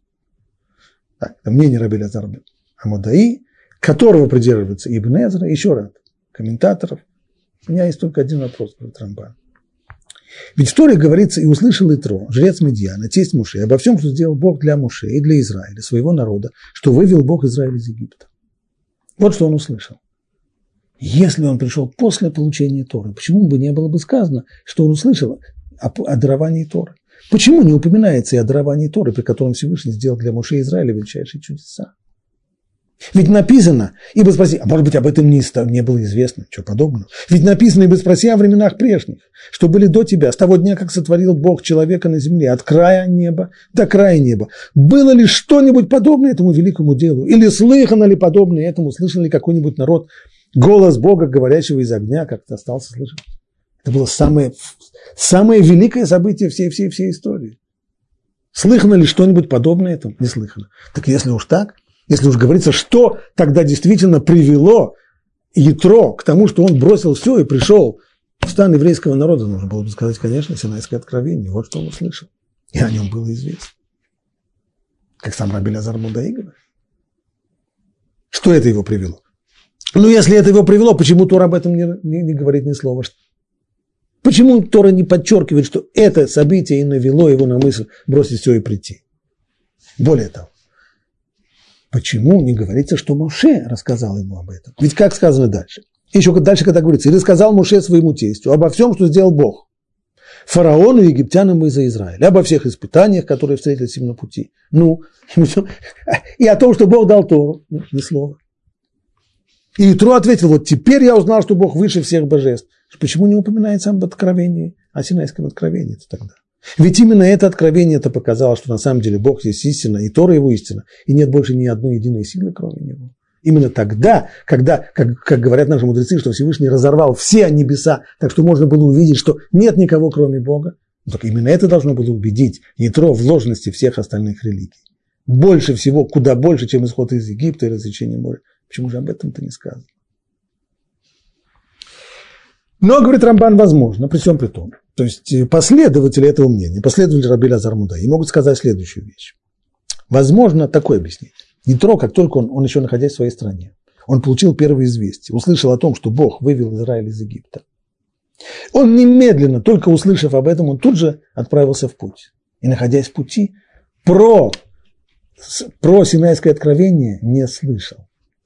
Так, это мнение Раби Элиэзер а-Моддаи, которого придерживается Ибн Эзра, еще раз, комментаторов. У меня есть только один вопрос, говорит Рамбан. Ведь в Торе говорится: «И услышал Итро, жрец Медьяна, тесть Моше, обо всем, что сделал Бог для Моше и для Израиля, своего народа, что вывел Бог Израиля из Египта». Вот что он услышал. Если он пришел после получения Торы, почему бы не было бы сказано, что он услышал о, о даровании Торы? Почему не упоминается и о даровании Торы, при котором Всевышний сделал для Моше и Израиля величайшие чудеса? Ведь написано, ибо спроси, а может быть, об этом не, не было известно, чего подобного. Ведь написано, ибо спроси о временах прежних, что были до тебя, с того дня, как сотворил Бог человека на земле, от края неба до края неба. Было ли что-нибудь подобное этому великому делу? Или слыхано ли подобное этому? Слышал ли какой-нибудь народ голос Бога, говорящего из огня, как-то остался слышать? Это было самое, самое великое событие всей, всей, всей истории. Слыхано ли что-нибудь подобное этому? Не слыхано. Так если уж так, если уж говорится, что тогда действительно привело Итро к тому, что он бросил все и пришел в стан еврейского народа, нужно было бы сказать, конечно, Синайское откровение. Вот что он услышал. И о нем было известно. Как сам Раби Элиэзер а-Моддаи говорит. Что это его привело? Ну, если это его привело, почему Тора об этом не, не, не говорит ни слова? Почему Тора не подчеркивает, что это событие и навело его на мысль бросить все и прийти? Более того, почему не говорится, что Моше рассказал ему об этом? Ведь как сказано дальше? Еще дальше, когда говорится, и рассказал Моше своему тестю обо всем, что сделал Бог фараону, египтянам и за Израиль, обо всех испытаниях, которые встретились им на пути. Ну, и о том, что Бог дал Тору, ну, ни слова. И Итро ответил: вот теперь я узнал, что Бог выше всех божеств. Почему не упоминается об откровении, о Синайском откровении тогда? Ведь именно это откровение это показало, что на самом деле Бог есть истина, и Тора его истина, и нет больше ни одной единой силы, кроме него. Именно тогда, когда, как, как говорят наши мудрецы, что Всевышний разорвал все небеса, так что можно было увидеть, что нет никого, кроме Бога, так именно это должно было убедить Итро в ложности всех остальных религий. Больше всего, куда больше, чем исход из Египта и рассечение моря. Почему же об этом-то не сказано? Но, говорит Рамбан, возможно, при всем при том. То есть последователи этого мнения, последователи Раби Элиэзер а-Моддаи могут сказать следующую вещь. Возможно, такое объяснение. Итро, как только он, он еще находясь в своей стране, он получил первые известия, услышал о том, что Бог вывел Израиль из Египта. Он немедленно, только услышав об этом, он тут же отправился в путь. И, находясь в пути, про, про Синайское откровение не слышал.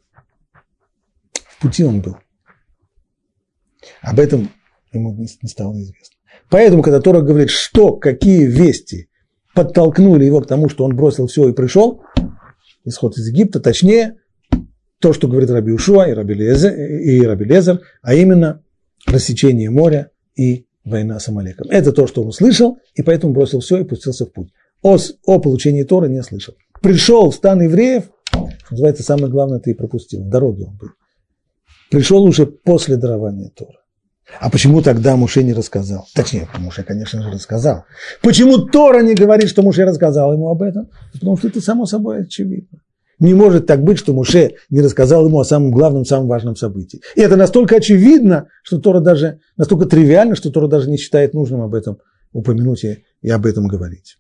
В пути он был. Об этом ему не стало известно. Поэтому, когда Тора говорит, что, какие вести подтолкнули его к тому, что он бросил все и пришел, исход из Египта, точнее, то, что говорит Раби Йошуа и Раби Элиэзер, а именно рассечение моря и война с Амалеком. Это то, что он услышал, и поэтому бросил все и пустился в путь. О, о получении Торы не слышал. Пришел в стан евреев, Называется, самое главное, ты и пропустил. В дороге он был. Пришел уже после дарования Торы. А почему тогда Моше не рассказал? Точнее, Моше, конечно же, рассказал. Почему Тора не говорит, что Моше рассказал ему об этом? Потому что это само собой очевидно. Не может так быть, что Моше не рассказал ему о самом главном, самом важном событии. И это настолько очевидно, что Тора даже, настолько тривиально, что Тора даже не считает нужным об этом упомянуть и, и об этом говорить.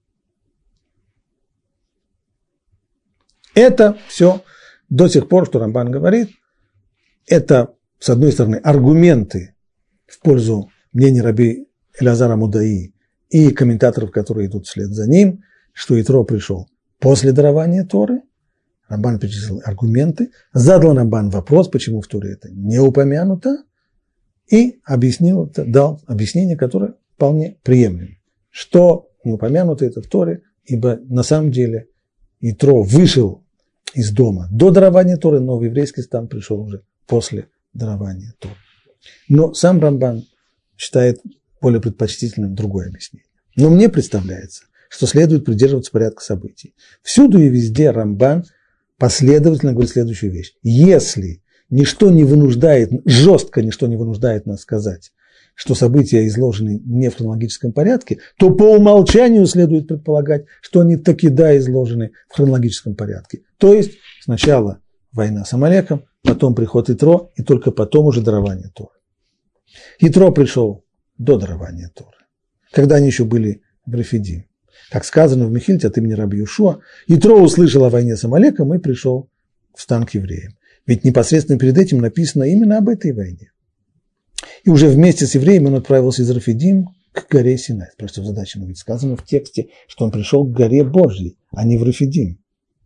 Это все до сих пор, что Рамбан говорит, это, с одной стороны, аргументы в пользу мнения раби Элазара Мудаи и комментаторов, которые идут вслед за ним, что Итро пришел после дарования Торы. Рамбан перечислил аргументы, задал Рамбан вопрос, почему в Торе это не упомянуто, и объяснил, дал объяснение, которое вполне приемлемо. Что не упомянуто это в Торе, ибо на самом деле Итро вышел из дома до дарования Торы, но в еврейский стан пришел уже после дарования Торы. Но сам Рамбан считает более предпочтительным другое объяснение. Но мне представляется, что следует придерживаться порядка событий. Всюду и везде Рамбан последовательно говорит следующую вещь. Если ничто не вынуждает, жестко ничто не вынуждает нас сказать, что события изложены не в хронологическом порядке, то по умолчанию следует предполагать, что они таки да изложены в хронологическом порядке. То есть сначала война с Амалеком, потом приход Итро, и только потом уже дарование Торы. Итро пришел до дарования Торы, когда они еще были в Рефидим. Как сказано в Мехильте от имени раби Йошуа, Итро услышал о войне с Амалеком и пришел в стан к евреям. Ведь непосредственно перед этим написано именно об этой войне. И уже вместе с евреями он отправился из Рефидим к горе Синай. Просто в задаче, но ведь сказано в тексте, что он пришел к горе Божьей, а не в Рефидим.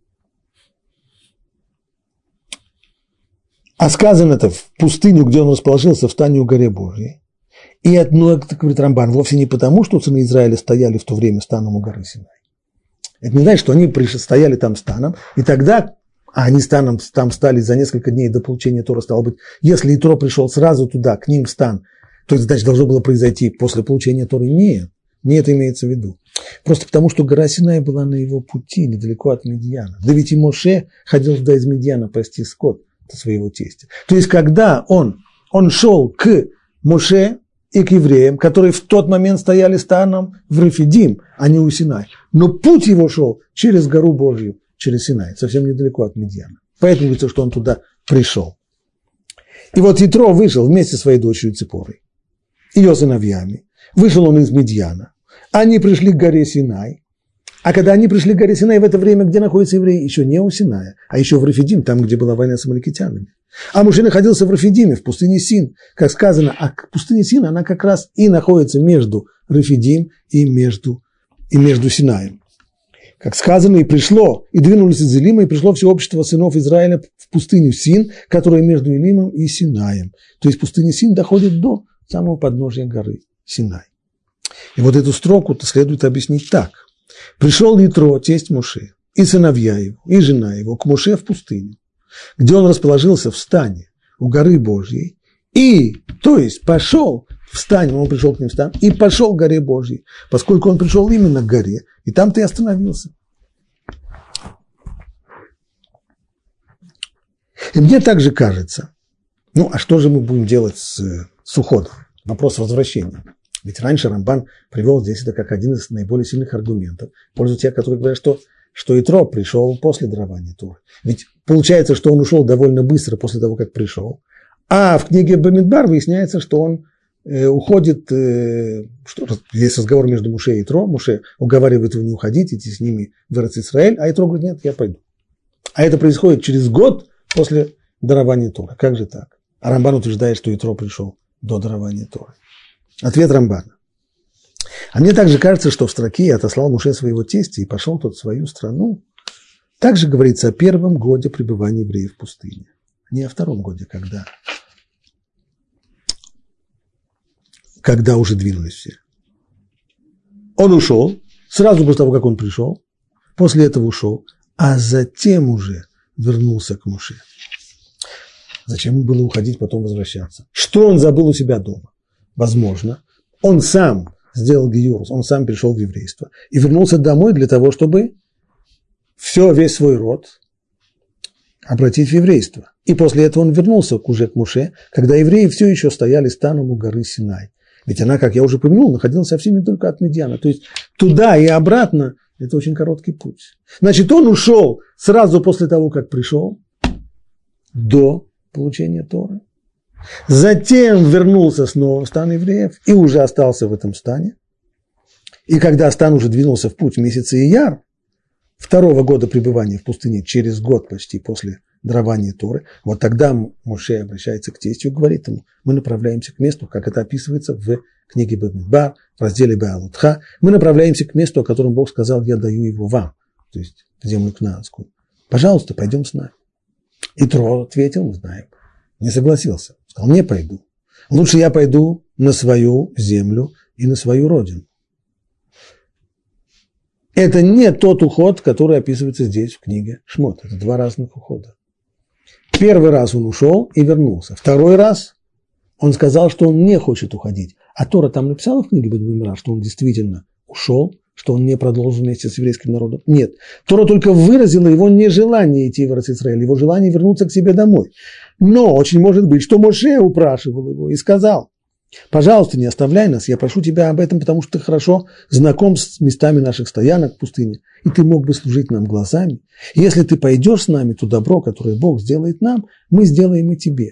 А сказано это в пустыню, где он расположился, в стане у горе Божьей. И это, ну, это говорит Рамбан, вовсе не потому, что сыны Израиля стояли в то время станом у горы Синай. Это не значит, что они стояли там станом, и тогда, а они станом там стали за несколько дней до получения Тора, стало быть, если Итро пришел сразу туда, к ним в стан, то это, значит, должно было произойти после получения Торы. Нет, не это имеется в виду. Просто потому, что гора Синай была на его пути, недалеко от Медьяна. Да ведь и Моше ходил туда из Медьяна пасти скот своего тестя. То есть, когда он, он шел к Моше и к евреям, которые в тот момент стояли станом в Рефидим, а не у Синай. Но путь его шел через гору Божью, через Синай, совсем недалеко от Медьяна. Поэтому говорится, что он туда пришел. И вот Итро вышел вместе со своей дочерью Ципорой, ее сыновьями. Вышел он из Медьяна. Они пришли к горе Синай. А когда они пришли к горе Синай, в это время, где находятся евреи, еще не у Синая, а еще в Рефидим, там, где была война с амаликитянами. А Моше находился в Рефидиме, в пустыне Син. Как сказано, а пустыня Син, она как раз и находится между Рефидим и между, и между Синаем. Как сказано, и пришло, и двинулись из Илима, и пришло все общество сынов Израиля в пустыню Син, которая между Илимом и Синаем. То есть пустыня Син доходит до самого подножия горы Синай. И вот эту строку-то следует объяснить так. Пришел Итро, тесть Моше, и сыновья его, и жена его, к Моше в пустыню, где он расположился в стане у горы Божьей, и, то есть, пошел в стане, он пришел к ним в стан, и пошел к горе Божьей, поскольку он пришел именно к горе, и там ты остановился. И мне также кажется, ну, а что же мы будем делать с, с уходом? Вопрос возвращения. Ведь раньше Рамбан привел здесь это как один из наиболее сильных аргументов в пользу тех, которые говорят, что, что Итро пришел после дарования Торы. Ведь получается, что он ушел довольно быстро после того, как пришел. А в книге Бамидбар выясняется, что он э, уходит, э, что, есть разговор между Моше и Итро. Моше уговаривает его не уходить, идти с ними в Эрец-Исраэль, а Итро говорит, нет, я пойду. А это происходит через год после дарования Торы. Как же так? А Рамбан утверждает, что Итро пришел до дарования Торы. Ответ Рамбана. А мне также кажется, что в строке «отослал Моше своего тестя и пошел тот в свою страну» также говорится о первом годе пребывания евреев в пустыне, не о втором годе, когда, когда уже двинулись все. Он ушел, сразу после того, как он пришел, после этого ушел, а затем уже вернулся к Моше. Зачем ему было уходить, потом возвращаться? Что он забыл у себя дома? Возможно, он сам сделал гиюр, он сам пришел в еврейство и вернулся домой для того, чтобы все, весь свой род обратить в еврейство. И после этого он вернулся уже к Моше, когда евреи все еще стояли станом у горы Синай. Ведь она, как я уже упомянул, находилась совсем недалеко от Медьяна. То есть туда и обратно – это очень короткий путь. Значит, он ушел сразу после того, как пришел, до получения Торы. Затем вернулся снова в стан евреев и уже остался в этом стане. И когда стан уже двинулся в путь в месяце Ияр, второго года пребывания в пустыне, через год почти после дарования Торы, вот тогда Моше обращается к тестю и говорит ему: мы направляемся к месту, как это описывается в книге Бамидбар, в разделе Беалутха, мы направляемся к месту, о котором Бог сказал: я даю его вам, то есть в землю кнаанскую. Пожалуйста, пойдем с нами. И Тро ответил: мы знаем. Не согласился. Сказал: не пойду. Лучше я пойду на свою землю и на свою родину. Это не тот уход, который описывается здесь в книге Шмот. Это два разных ухода. Первый раз он ушел и вернулся. Второй раз он сказал, что он не хочет уходить. А Тора там написала в книге Бамидбар, что он действительно ушел, что он не продолжил вместе с еврейским народом? Нет. Тора только выразила его нежелание идти в Эрец-Исраэль, его желание вернуться к себе домой. Но очень может быть, что Моше упрашивал его и сказал: пожалуйста, не оставляй нас, я прошу тебя об этом, потому что ты хорошо знаком с местами наших стоянок в пустыне, и ты мог бы служить нам глазами. Если ты пойдешь с нами, то добро, которое Бог сделает нам, мы сделаем и тебе.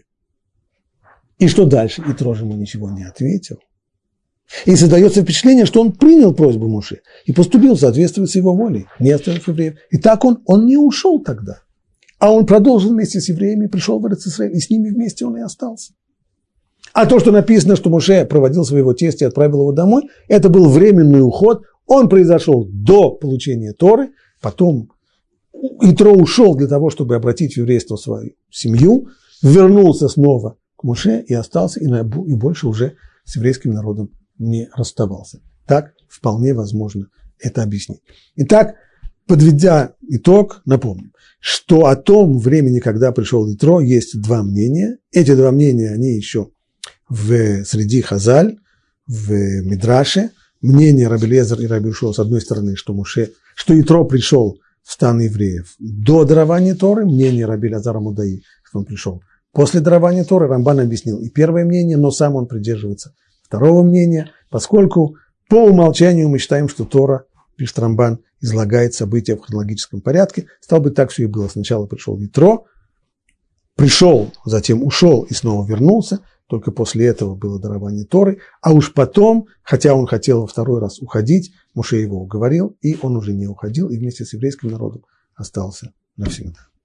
И что дальше? И Тро ему ничего не ответил. И создается впечатление, что он принял просьбу Моше и поступил в соответствии с его волей, не оставив евреев. И так он, он не ушел тогда, а он продолжил вместе с евреями, пришел в Эрец-Исраэль, и с ними вместе он и остался. А то, что написано, что Моше проводил своего тестя и отправил его домой, это был временный уход, он произошел до получения Торы, потом Итро ушел для того, чтобы обратить в еврейство свою семью, вернулся снова к Моше и остался, и, на, и больше уже с еврейским народом не расставался. Так вполне возможно это объяснить. Итак, подведя итог, напомним, что о том времени, когда пришел Итро, есть два мнения. Эти два мнения, они еще в, среди Хазаль, в Мидраше. Мнение Раби Элиэзер и Раби Йошуа, с одной стороны, что Моше, что Итро пришел в стан евреев до дарования Торы. Мнение Раби Элиэзера Мудаи, что он пришел после дарования Торы. Рамбан объяснил и первое мнение, но сам он придерживается второго мнения, поскольку по умолчанию мы считаем, что Тора, пишет Рамбан, излагает события в хронологическом порядке. Стало быть, так все и было. Сначала пришел Итро, пришел, затем ушел и снова вернулся. Только после этого было дарование Торы. А уж потом, хотя он хотел во второй раз уходить, Моше его уговорил, и он уже не уходил, и вместе с еврейским народом остался навсегда.